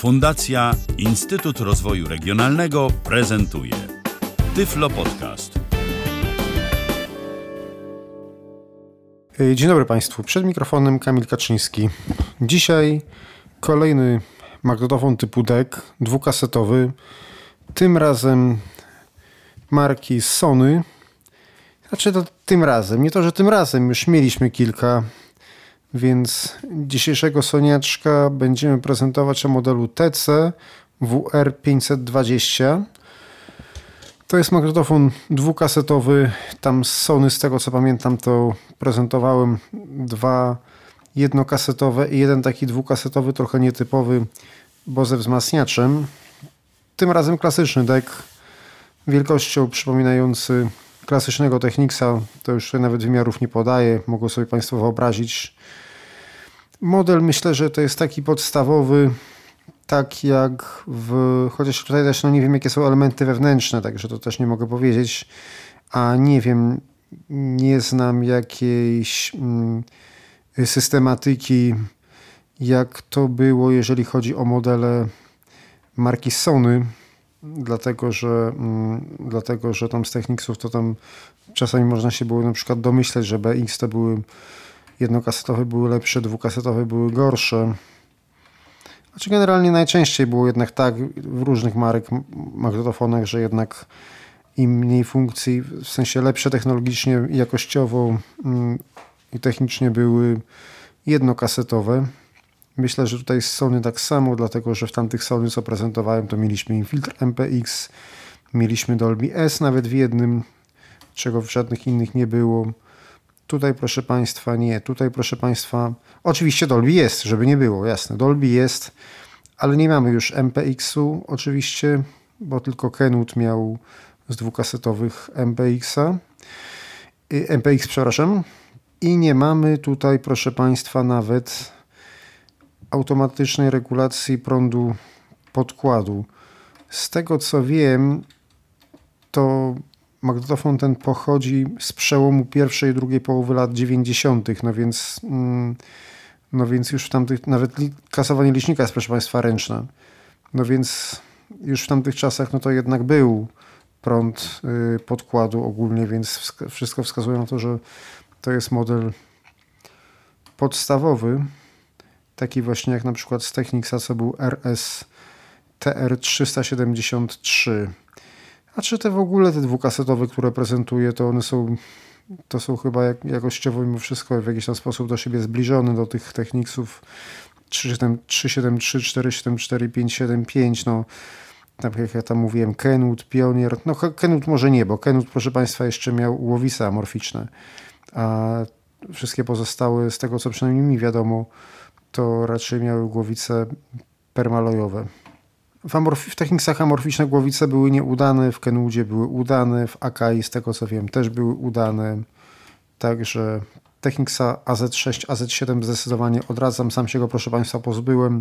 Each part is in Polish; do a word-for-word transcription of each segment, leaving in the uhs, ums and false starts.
Fundacja Instytut Rozwoju Regionalnego prezentuje Tyflo Podcast. Dzień dobry Państwu. Przed mikrofonem Kamil Kaczyński. Dzisiaj kolejny magnetofon typu D E C, dwukasetowy. Tym razem marki Sony. Znaczy to tym razem. Nie to, że tym razem. Już mieliśmy kilka. Więc dzisiejszego Soniaczka będziemy prezentować o modelu T C W R pięćset dwadzieścia. To jest magnetofon dwukasetowy. Tam z Sony, z tego co pamiętam, to prezentowałem dwa jednokasetowe i jeden taki dwukasetowy, trochę nietypowy, bo ze wzmacniaczem. Tym razem klasyczny D E C, wielkością przypominający klasycznego Technicsa. To już nawet wymiarów nie podaje. Mogą sobie Państwo wyobrazić. Model, myślę, że to jest taki podstawowy, tak jak w... Chociaż tutaj też no nie wiem, jakie są elementy wewnętrzne, także to też nie mogę powiedzieć. A nie wiem, nie znam jakiejś mm, systematyki, jak to było, jeżeli chodzi o modele marki Sony. Dlatego, że mm, dlatego, że tam z Technicsów to tam czasami można się było na przykład domyśleć, że B X to były jednokasetowe były lepsze, dwukasetowe były gorsze. Znaczy generalnie najczęściej było jednak tak w różnych marek magnetofonach, że jednak im mniej funkcji, w sensie lepsze technologicznie i jakościowo mm, i technicznie były jednokasetowe. Myślę, że tutaj z Sony tak samo, dlatego że w tamtych Sony, co prezentowałem, to mieliśmy filtr M P X, mieliśmy Dolby S nawet w jednym, czego w żadnych innych nie było. Tutaj, proszę Państwa, nie. Tutaj, proszę Państwa, oczywiście Dolby jest, żeby nie było, jasne. Dolby jest, ale nie mamy już M P X-u oczywiście, bo tylko Kenwood miał z dwukasetowych M P X-a. M P X, przepraszam. I nie mamy tutaj, proszę Państwa, nawet automatycznej regulacji prądu podkładu. Z tego, co wiem, to magnetofon ten pochodzi z przełomu pierwszej i drugiej połowy lat dziewięćdziesiątych, no więc, no więc już w tamtych, nawet kasowanie licznika jest, proszę Państwa, ręczne. No więc już w tamtych czasach, no to jednak był prąd podkładu ogólnie, więc wszystko wskazuje na to, że to jest model podstawowy, taki właśnie jak na przykład z Technicsa, co był R S T R trzysta siedemdziesiąt trzy. A czy te w ogóle te dwukasetowe, które prezentuję, to one są, to są chyba jak, jakościowo mimo wszystko w jakiś tam sposób do siebie zbliżone do tych Technicsów trzy siedem trzy, cztery siedem cztery, pięć siedem pięć, no tak jak ja tam mówiłem, Kenwood, Pionier, no Kenwood może nie, bo Kenwood, proszę Państwa, jeszcze miał głowice amorficzne, a wszystkie pozostałe, z tego co przynajmniej mi wiadomo, to raczej miały głowice permalojowe. W, amorf- w Technicsach amorficzne głowice były nieudane, w Kenwoodzie były udane, w Akai, z tego co wiem, też były udane. Także Technicsa A Z sześć, A Z siedem zdecydowanie odradzam, sam się go, proszę Państwa, pozbyłem,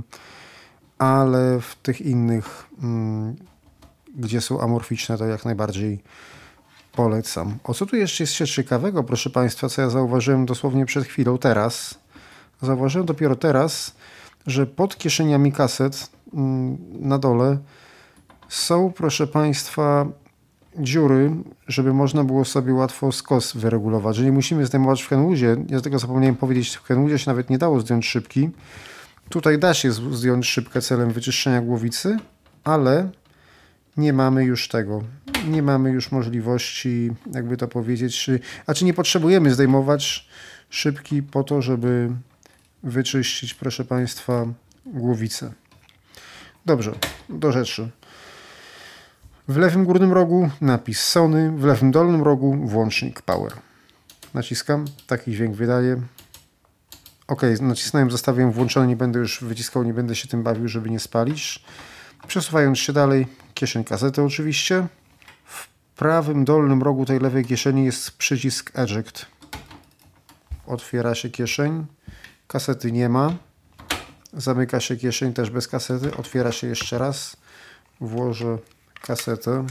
ale w tych innych, mm, gdzie są amorficzne, to jak najbardziej polecam. O co tu jeszcze jest ciekawego, proszę Państwa, co ja zauważyłem dosłownie przed chwilą, teraz. Zauważyłem dopiero teraz, że pod kieszeniami kaset na dole są, proszę Państwa, dziury, żeby można było sobie łatwo skos wyregulować, że nie musimy zdejmować w Kenwoodzie. Ja tego zapomniałem powiedzieć, w Kenwoodzie się nawet nie dało zdjąć szybki. Tutaj da się zdjąć szybkę celem wyczyszczenia głowicy, ale nie mamy już tego. Nie mamy już możliwości, jakby to powiedzieć, a czy nie potrzebujemy zdejmować szybki po to, żeby wyczyścić, proszę Państwa, głowicę. Dobrze, do rzeczy. W lewym górnym rogu napis Sony, w lewym dolnym rogu włącznik Power. Naciskam, taki dźwięk wydaje. Ok, nacisnąłem, zostawiam włączony, nie będę już wyciskał, nie będę się tym bawił, żeby nie spalić. Przesuwając się dalej, kieszeń kasety oczywiście. W prawym dolnym rogu tej lewej kieszeni jest przycisk Eject. Otwiera się kieszeń, kasety nie ma. Zamyka się kieszeń też bez kasety, otwiera się jeszcze raz. Włożę kasetę.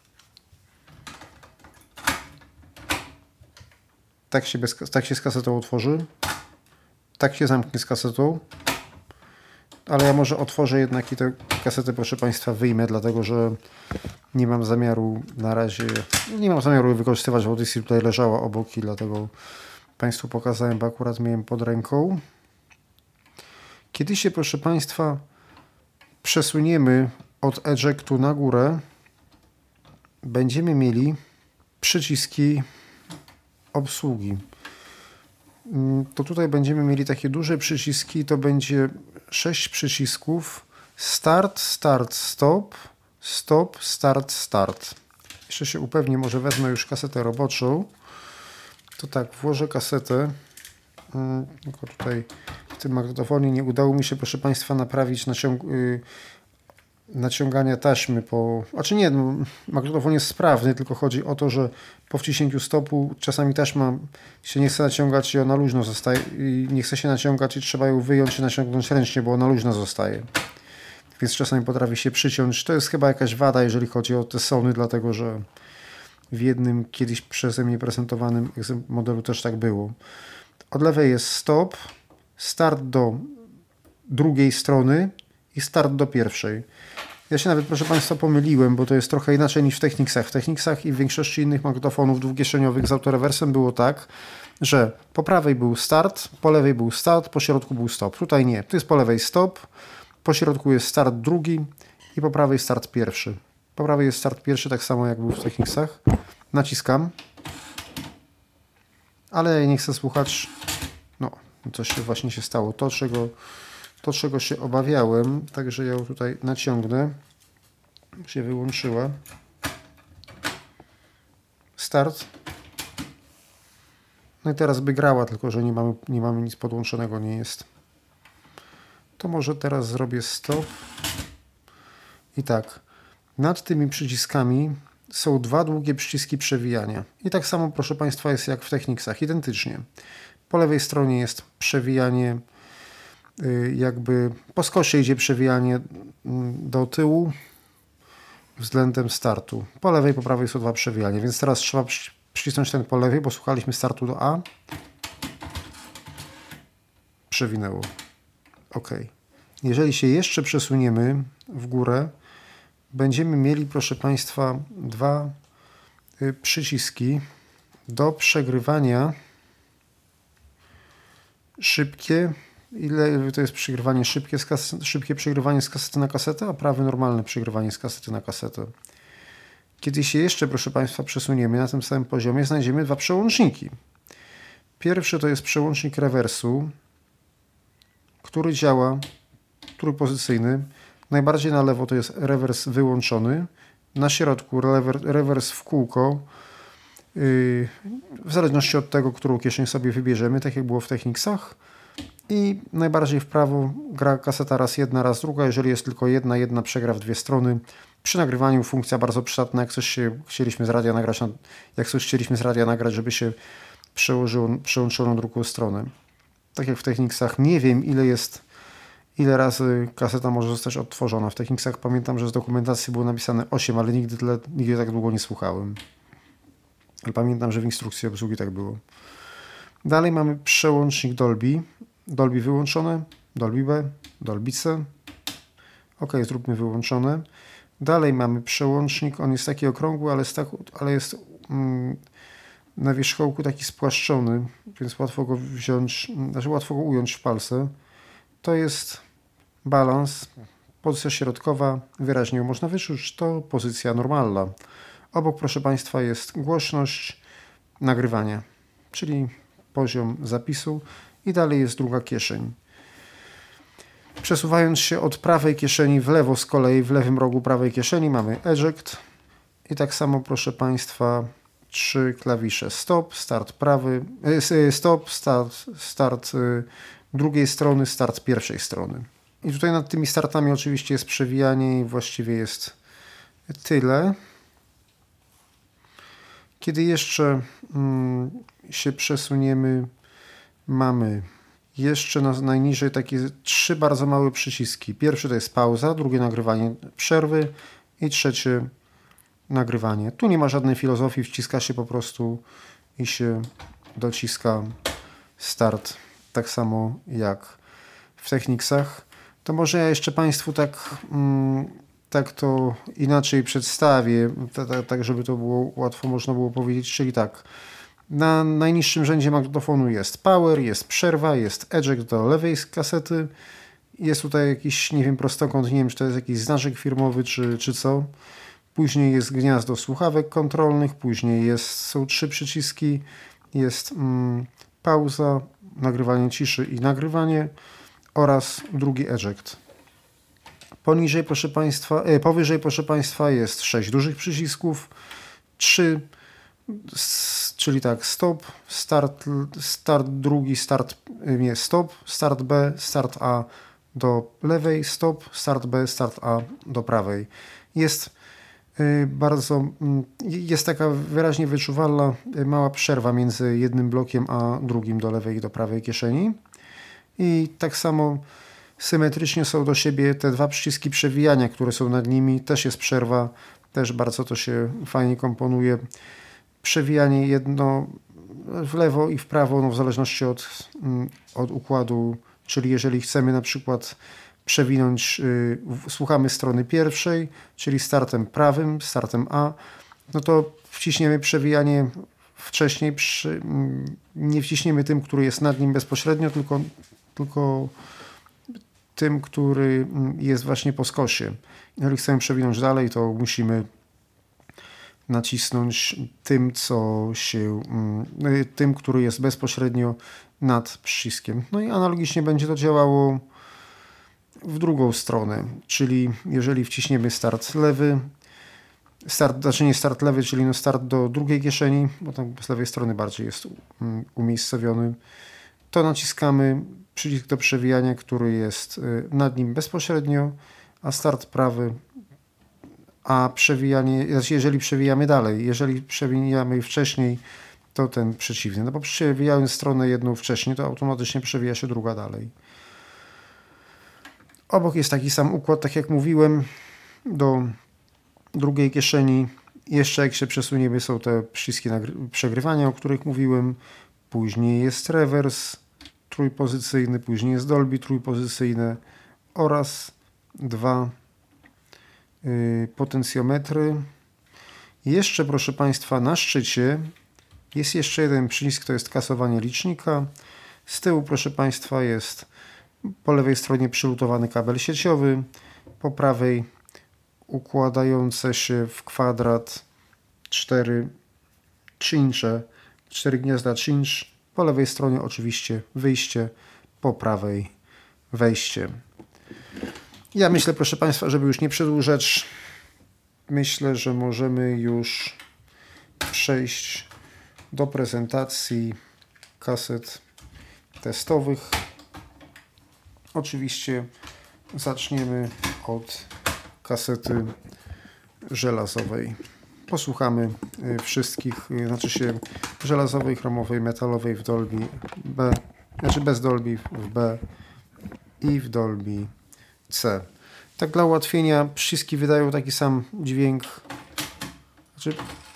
Tak się, bez, tak się z kasetą otworzy. Tak się zamknie z kasetą. ale ja może otworzę jednak i tę kasetę, proszę Państwa, wyjmę, dlatego że nie mam zamiaru na razie, nie mam zamiaru jej wykorzystywać, bo Audycji tutaj leżała obok i dlatego Państwu pokazałem, bo akurat miałem pod ręką. Kiedy się, proszę Państwa, przesuniemy od ejectu na górę, będziemy mieli przyciski obsługi. To tutaj będziemy mieli takie duże przyciski, to będzie sześć przycisków: start, start, stop, stop, start, start. Jeszcze się upewnię, może wezmę już kasetę roboczą. To tak, włożę kasetę. Tylko tutaj w tym magnetofonie nie udało mi się, proszę Państwa, naprawić naciąg naciągania taśmy po... Znaczy nie, no, magnetofon jest sprawny, tylko chodzi o to, że po wciśnięciu stopu czasami taśma się nie chce naciągać i ona luźno zostaje i nie chce się naciągać i trzeba ją wyjąć i naciągnąć ręcznie, bo ona luźno zostaje. Więc czasami potrafi się przyciąć. To jest chyba jakaś wada, jeżeli chodzi o te Sony, dlatego że w jednym kiedyś przeze mnie prezentowanym modelu też tak było. Od lewej jest stop, start do drugiej strony i start do pierwszej. Ja się nawet, proszę Państwa, pomyliłem, bo to jest trochę inaczej niż w Technicsach. W Technicsach i w większości innych magnetofonów dwukieszeniowych z autorewersem było tak, że po prawej był start, po lewej był start, po środku był stop. Tutaj nie. Tu jest po lewej stop, po środku jest start drugi i po prawej start pierwszy. Po prawej jest start pierwszy, tak samo jak był w Technicsach. Naciskam. Ale nie chcę słuchać. No, coś się właśnie się stało. To, czego, to, czego się obawiałem, także ja ją tutaj naciągnę. Się wyłączyła. Start. No i teraz by grała, tylko że nie mamy, nie mamy nic podłączonego, nie jest. To może teraz zrobię stop. I tak. Nad tymi przyciskami są dwa długie przyciski przewijania. I tak samo, proszę Państwa, jest jak w Technicsach. Identycznie. Po lewej stronie jest przewijanie, jakby po skosie idzie przewijanie do tyłu względem startu. Po lewej, po prawej są dwa przewijania, więc teraz trzeba przycisnąć ten po lewej, bo słuchaliśmy startu do A. Przewinęło. OK. Jeżeli się jeszcze przesuniemy w górę, będziemy mieli, proszę Państwa, dwa przyciski do przegrywania szybkie. Ile to jest przegrywanie szybkie, z kasety, szybkie przegrywanie z kasety na kasetę, a prawe normalne przegrywanie z kasety na kasetę. Kiedy się jeszcze, proszę Państwa, przesuniemy na tym samym poziomie, znajdziemy dwa przełączniki. Pierwszy to jest przełącznik rewersu, który działa trójpozycyjny. Najbardziej na lewo to jest rewers wyłączony. Na środku rewer, rewers w kółko. Yy, w zależności od tego, którą kieszeń sobie wybierzemy, tak jak było w Technicsach. I najbardziej w prawo gra kaseta raz jedna, raz druga. Jeżeli jest tylko jedna, jedna przegra w dwie strony. Przy nagrywaniu funkcja bardzo przydatna, jak coś się chcieliśmy z radia nagrać, jak coś chcieliśmy z radia nagrać, żeby się przełożyło, przełączyło na drugą stronę. Tak jak w Technicsach. Nie wiem, ile jest, ile razy kaseta może zostać odtworzona. W Technicsach pamiętam, że z dokumentacji było napisane osiem, ale nigdy, tyle, nigdy tak długo nie słuchałem. Ale pamiętam, że w instrukcji obsługi tak było. Dalej mamy przełącznik Dolby. Dolby wyłączone, Dolby B, Dolby C. OK, zróbmy wyłączone. Dalej mamy przełącznik, on jest taki okrągły, ale jest, tak, ale jest mm, na wierzchołku taki spłaszczony, więc łatwo go wziąć, znaczy łatwo go ująć w palce. To jest balans, pozycja środkowa, wyraźnie ją można wyczuć, to pozycja normalna. Obok, proszę Państwa, jest głośność nagrywania, czyli poziom zapisu i dalej jest druga kieszeń. Przesuwając się od prawej kieszeni w lewo z kolei, w lewym rogu prawej kieszeni mamy eject i tak samo, proszę Państwa, trzy klawisze stop, start prawy, stop, start, start drugiej strony, start pierwszej strony. I tutaj nad tymi startami oczywiście jest przewijanie i właściwie jest tyle. Kiedy jeszcze mm, się przesuniemy, mamy jeszcze na, najniżej takie trzy bardzo małe przyciski. Pierwszy to jest pauza, drugie nagrywanie przerwy i trzecie nagrywanie. Tu nie ma żadnej filozofii, wciska się po prostu i się dociska start. Tak samo jak w Technicsach. To może ja jeszcze Państwu tak, tak to inaczej przedstawię, tak żeby to było łatwo można było powiedzieć, czyli tak. Na najniższym rzędzie magnetofonu jest power, jest przerwa, jest eject do lewej kasety, jest tutaj jakiś, nie wiem, prostokąt, nie wiem, czy to jest jakiś znaczek firmowy, czy, czy co. Później jest gniazdo słuchawek kontrolnych, później jest, są trzy przyciski, jest mm, pauza, nagrywanie ciszy i nagrywanie oraz drugi eject. Poniżej, proszę Państwa, e, powyżej, proszę Państwa, jest sześć dużych przycisków, trzy, s, czyli tak, stop, start, start drugi, start, nie, stop, start B, start A do lewej, stop, start B, start A do prawej. Jest y, bardzo, y, jest taka wyraźnie wyczuwalna y, mała przerwa między jednym blokiem a drugim do lewej i do prawej kieszeni. I tak samo symetrycznie są do siebie te dwa przyciski przewijania, które są nad nimi. Też jest przerwa, też bardzo to się fajnie komponuje. Przewijanie jedno w lewo i w prawo, no w zależności od, od układu, czyli jeżeli chcemy na przykład przewinąć, yy, słuchamy strony pierwszej, czyli startem prawym, startem A, no to wciśniemy przewijanie wcześniej, przy, nie wciśniemy tym, który jest nad nim bezpośrednio, tylko, tylko tym, który jest właśnie po skosie. Jeżeli chcemy przewinąć dalej, to musimy nacisnąć tym, co się, tym, który jest bezpośrednio nad przyciskiem. No i analogicznie będzie to działało w drugą stronę, czyli jeżeli wciśniemy start lewy, start, znaczy nie start lewy, czyli no start do drugiej kieszeni, bo tam z lewej strony bardziej jest umiejscowiony, to naciskamy przycisk do przewijania, który jest nad nim bezpośrednio, a start prawy, a przewijanie, znaczy jeżeli przewijamy dalej, jeżeli przewijamy wcześniej, to ten przeciwny. No bo przewijając stronę jedną wcześniej, to automatycznie przewija się druga dalej. Obok jest taki sam układ, tak jak mówiłem, do drugiej kieszeni. Jeszcze jak się przesuniemy, są te przyciski przegrywania, o których mówiłem. Później jest rewers trójpozycyjny, później jest Dolby trójpozycyjne oraz dwa y, potencjometry. Jeszcze, proszę Państwa, na szczycie jest jeszcze jeden przycisk, to jest kasowanie licznika. Z tyłu, proszę Państwa, jest po lewej stronie przylutowany kabel sieciowy, po prawej układające się w kwadrat cztery cinche, cztery gniazda cinch, po lewej stronie oczywiście wyjście, po prawej wejście. Ja myślę, proszę Państwa, żeby już nie przedłużać, myślę, że możemy już przejść do prezentacji kaset testowych. Oczywiście zaczniemy od kasety żelazowej. Posłuchamy wszystkich, znaczy się żelazowej, chromowej, metalowej w Dolby B, znaczy bez Dolby w B i w Dolby C. Tak dla ułatwienia przyciski wydają taki sam dźwięk, znaczy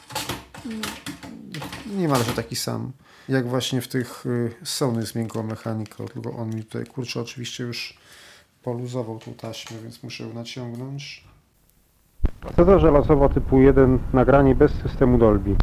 niemalże taki sam, jak właśnie w tych Sony z miękką mechaniką, tylko on mi tutaj, kurczę, oczywiście już poluzował tą taśmę, więc muszę ją naciągnąć. Kaseta żelazowa typu jeden, nagranie bez systemu Dolby.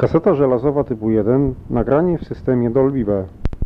Kaseta żelazowa typu jeden, nagranie w systemie Dolby B.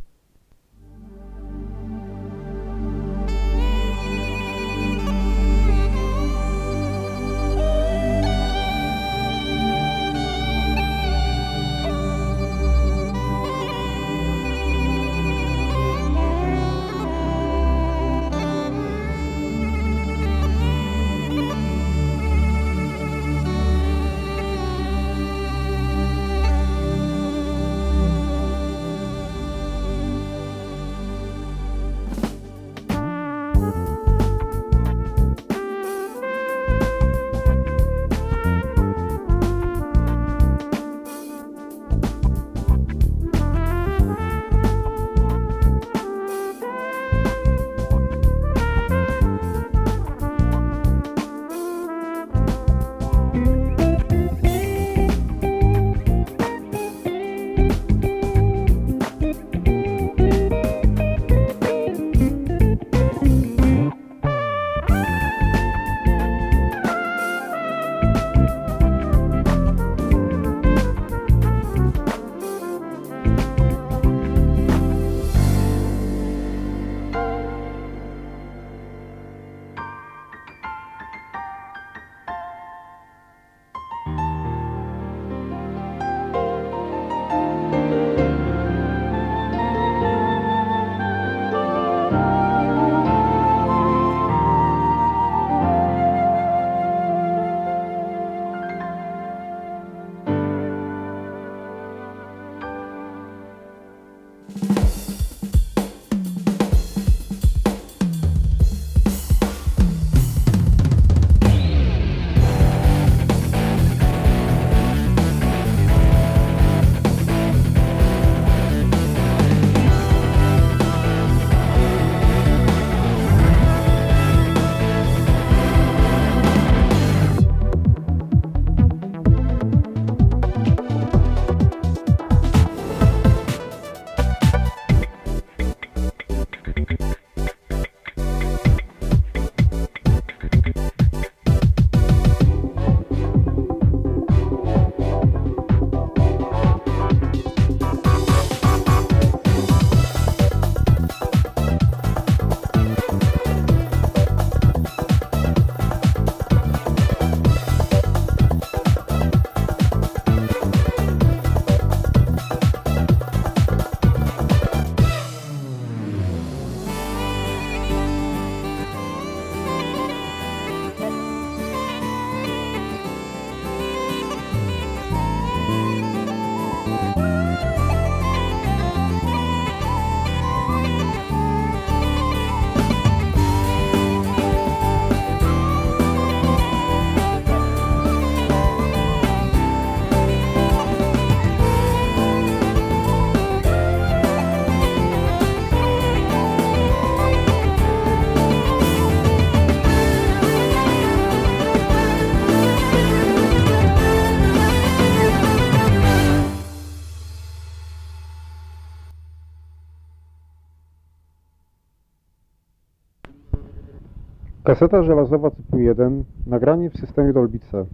Kaseta żelazowa typu jeden, nagranie w systemie Dolby C.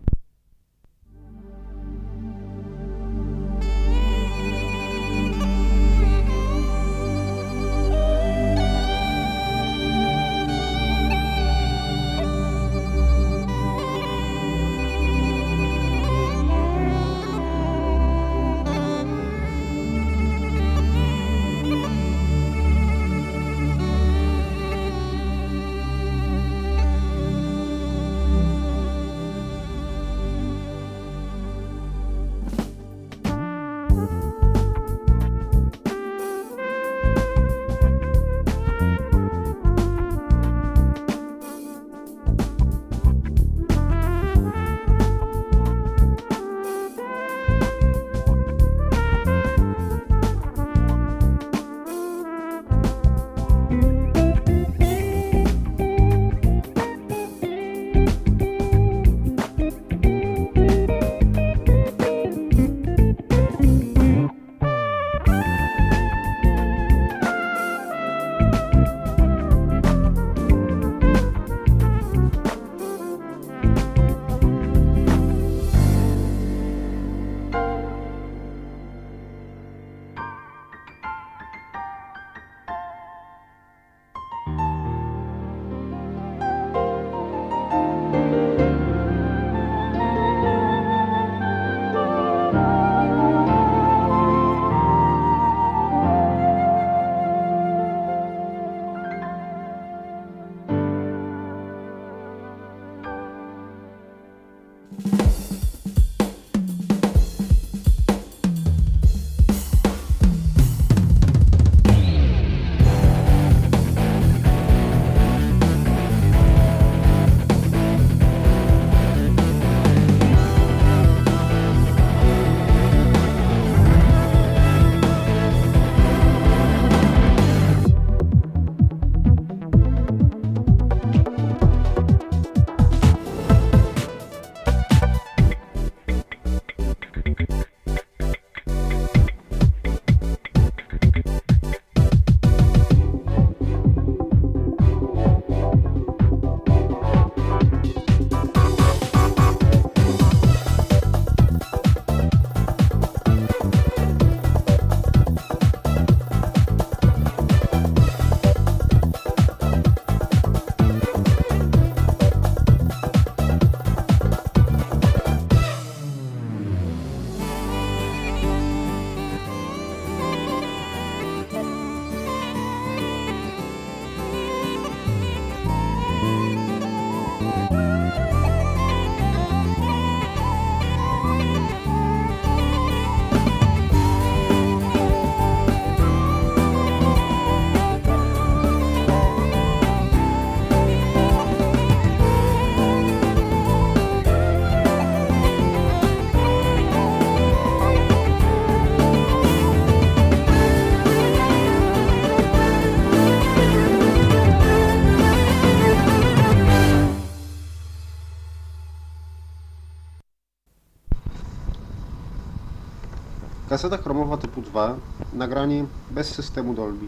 Kaseta chromowa typu dwa, nagranie bez systemu Dolby.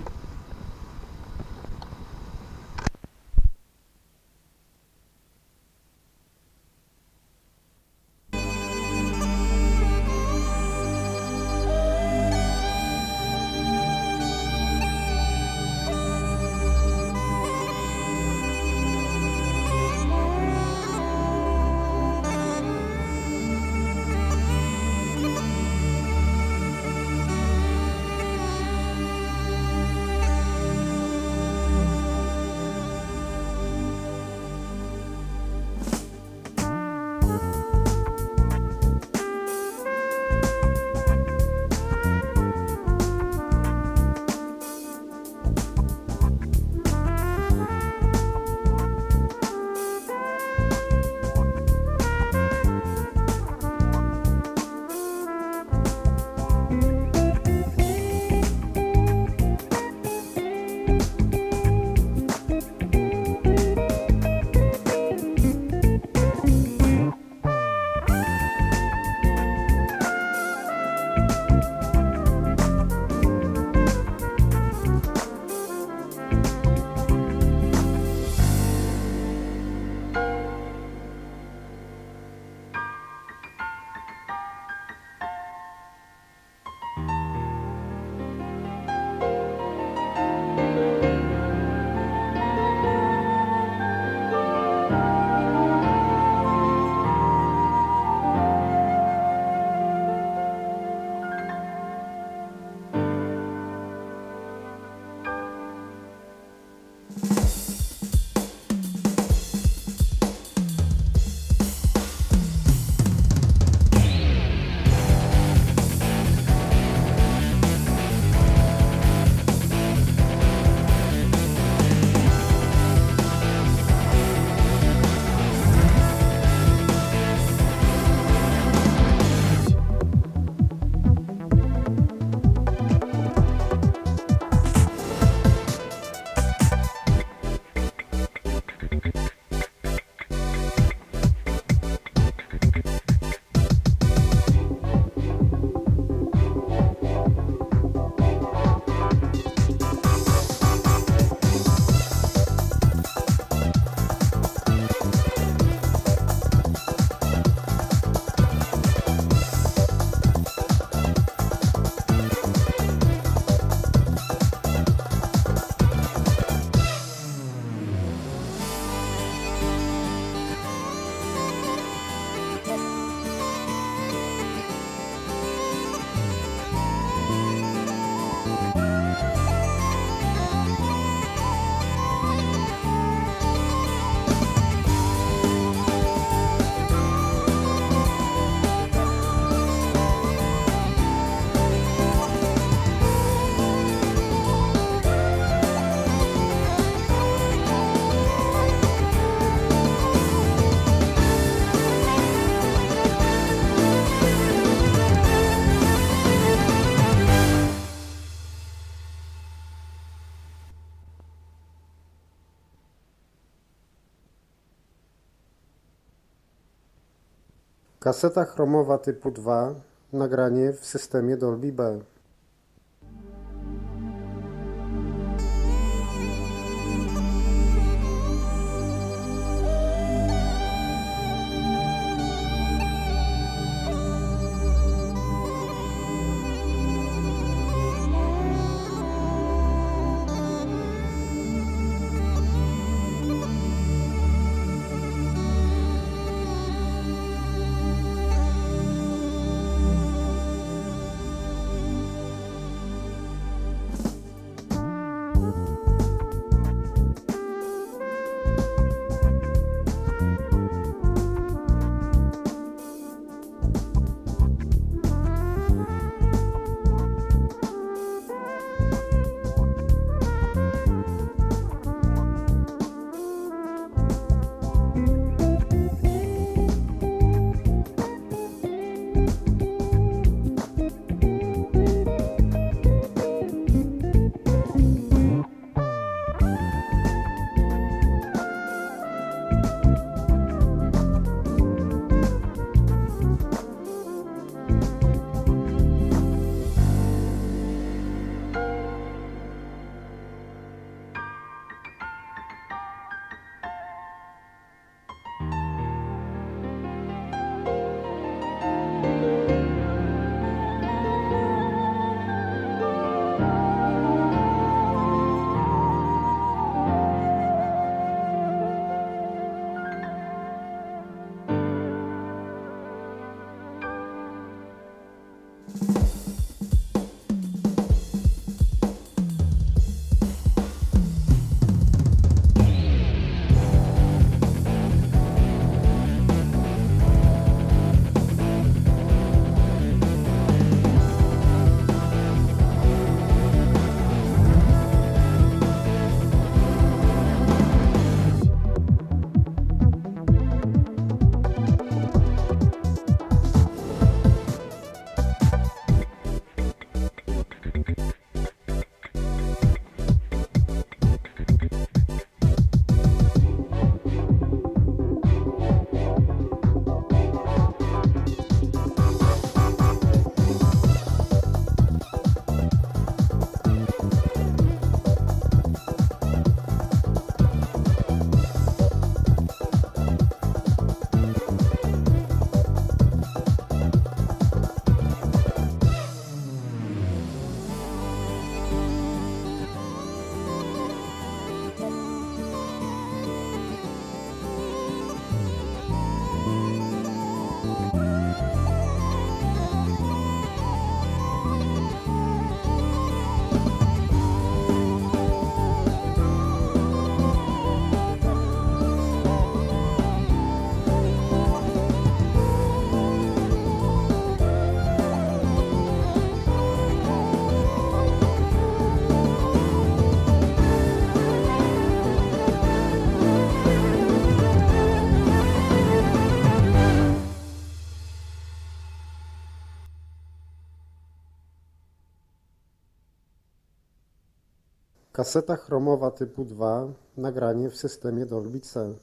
Kaseta chromowa typu dwa, nagranie w systemie Dolby B. Kaseta chromowa typu dwa, nagranie w systemie Dolby C.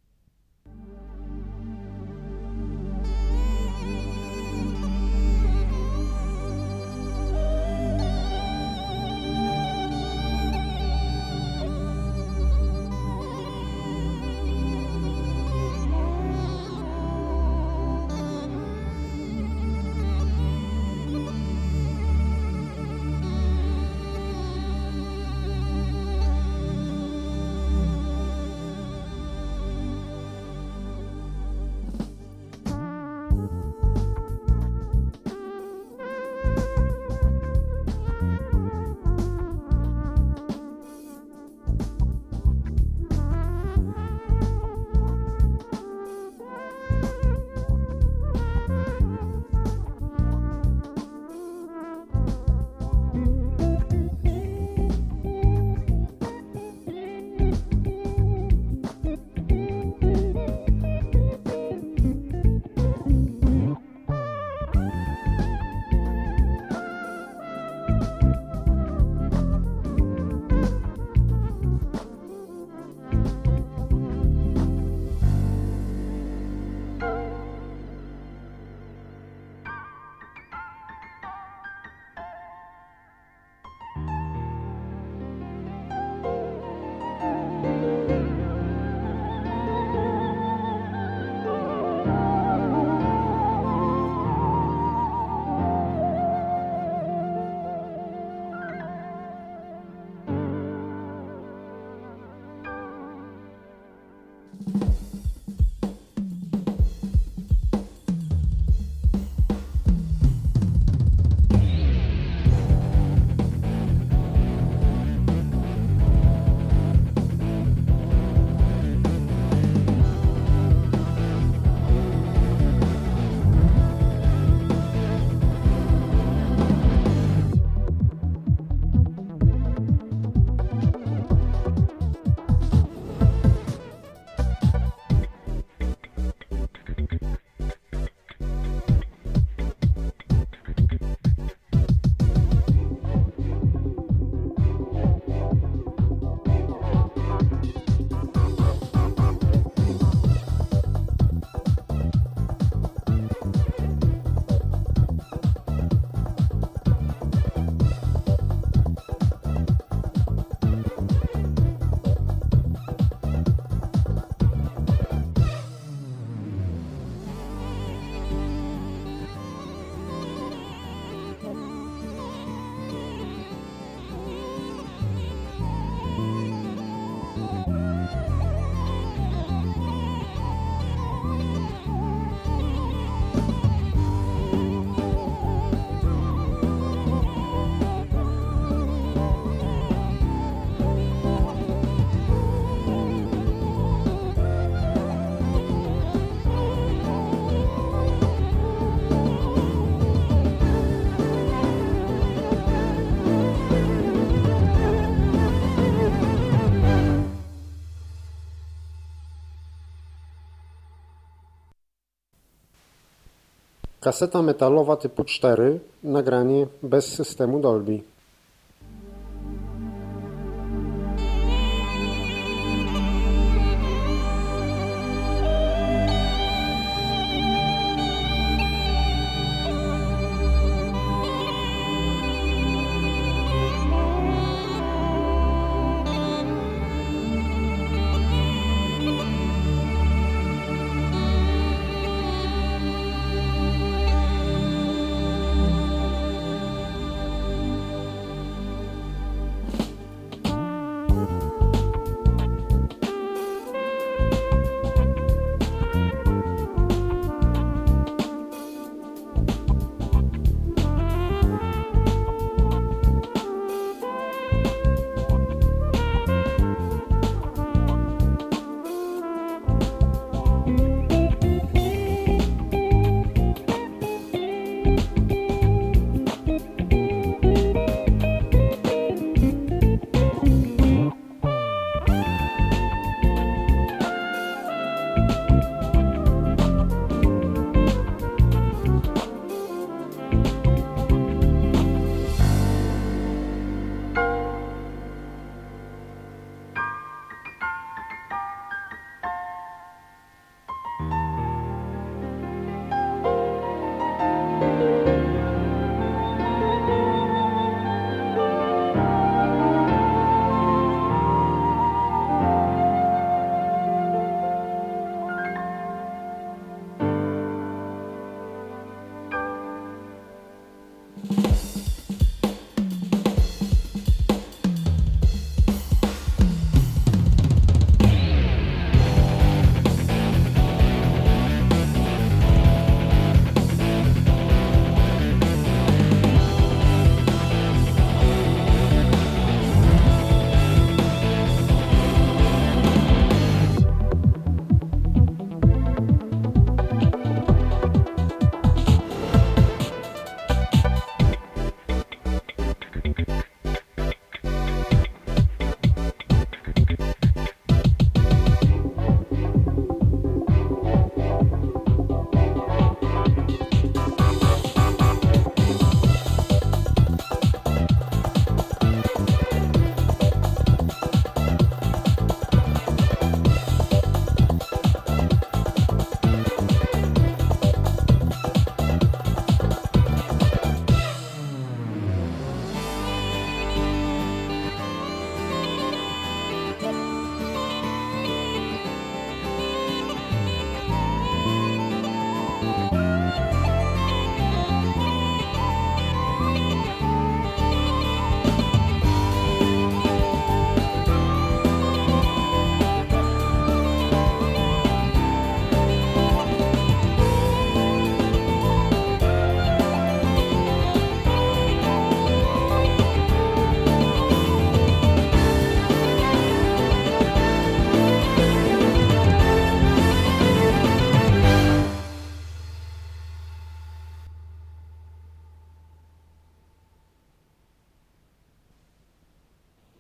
Kaseta metalowa typu cztery, nagranie bez systemu Dolby.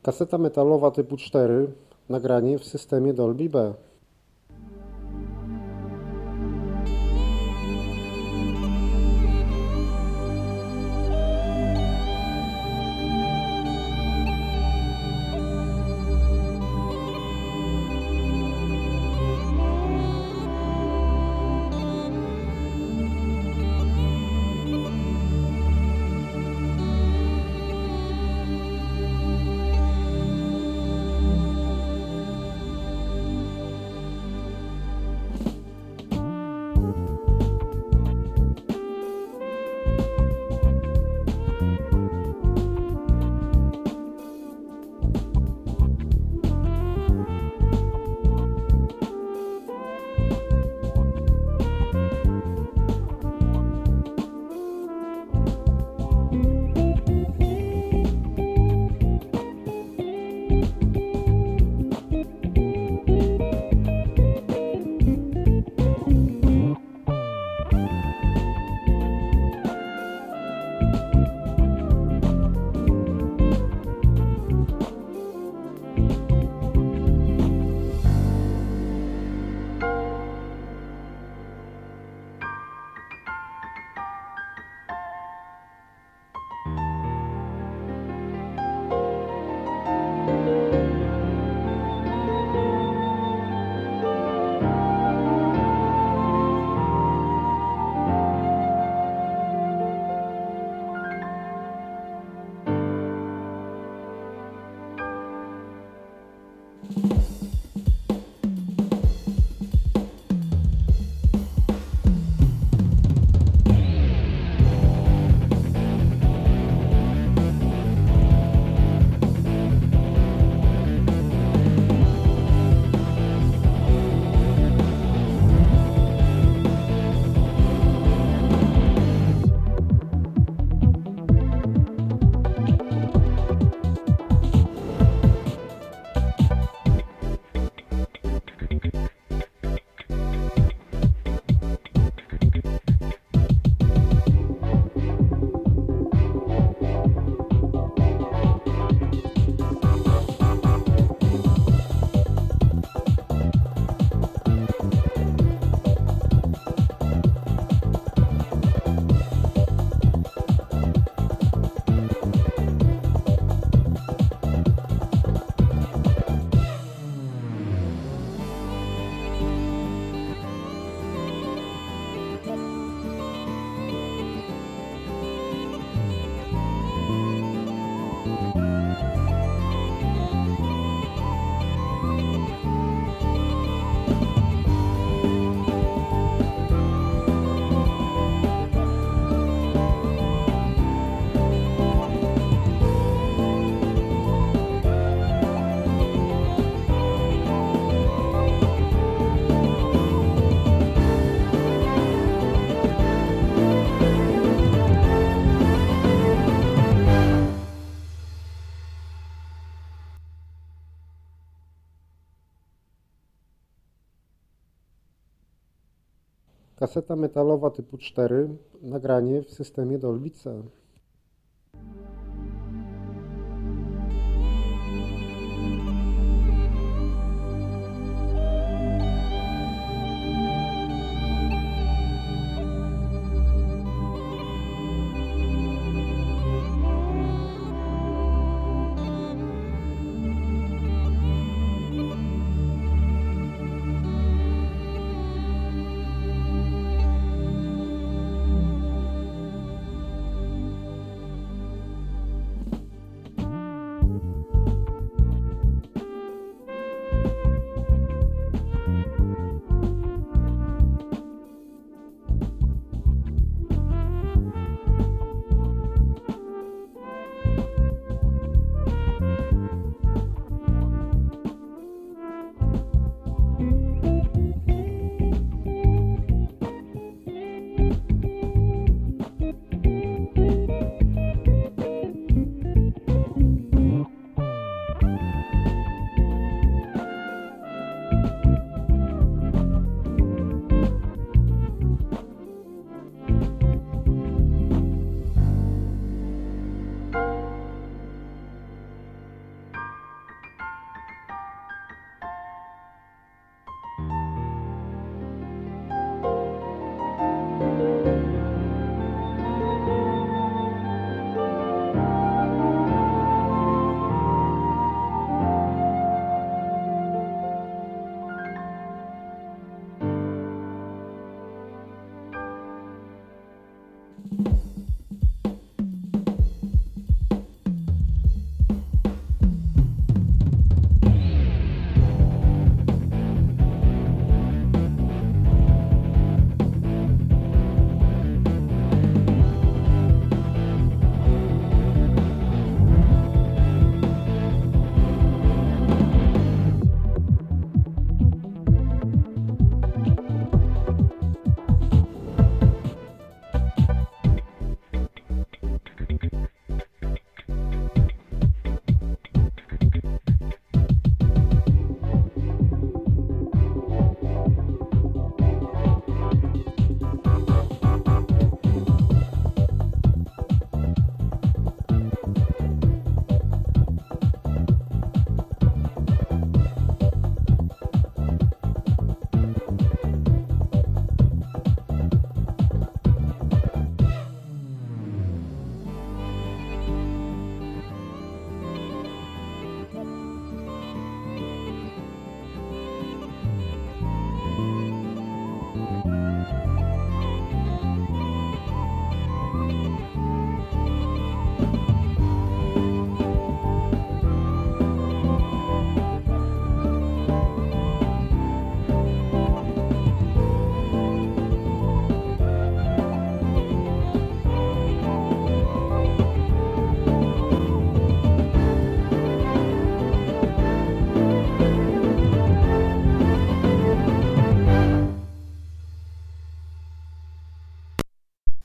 Kaseta metalowa typu cztery, nagranie w systemie Dolby B. Kaseta metalowa typu cztery, nagranie w systemie Dolby C.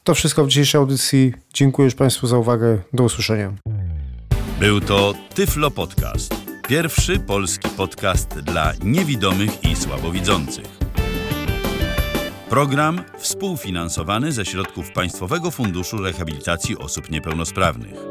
To wszystko w dzisiejszej audycji. Dziękuję już Państwu za uwagę. Do usłyszenia. Był to Tyflo Podcast. Pierwszy polski podcast dla niewidomych i słabowidzących. Program współfinansowany ze środków Państwowego Funduszu Rehabilitacji Osób Niepełnosprawnych.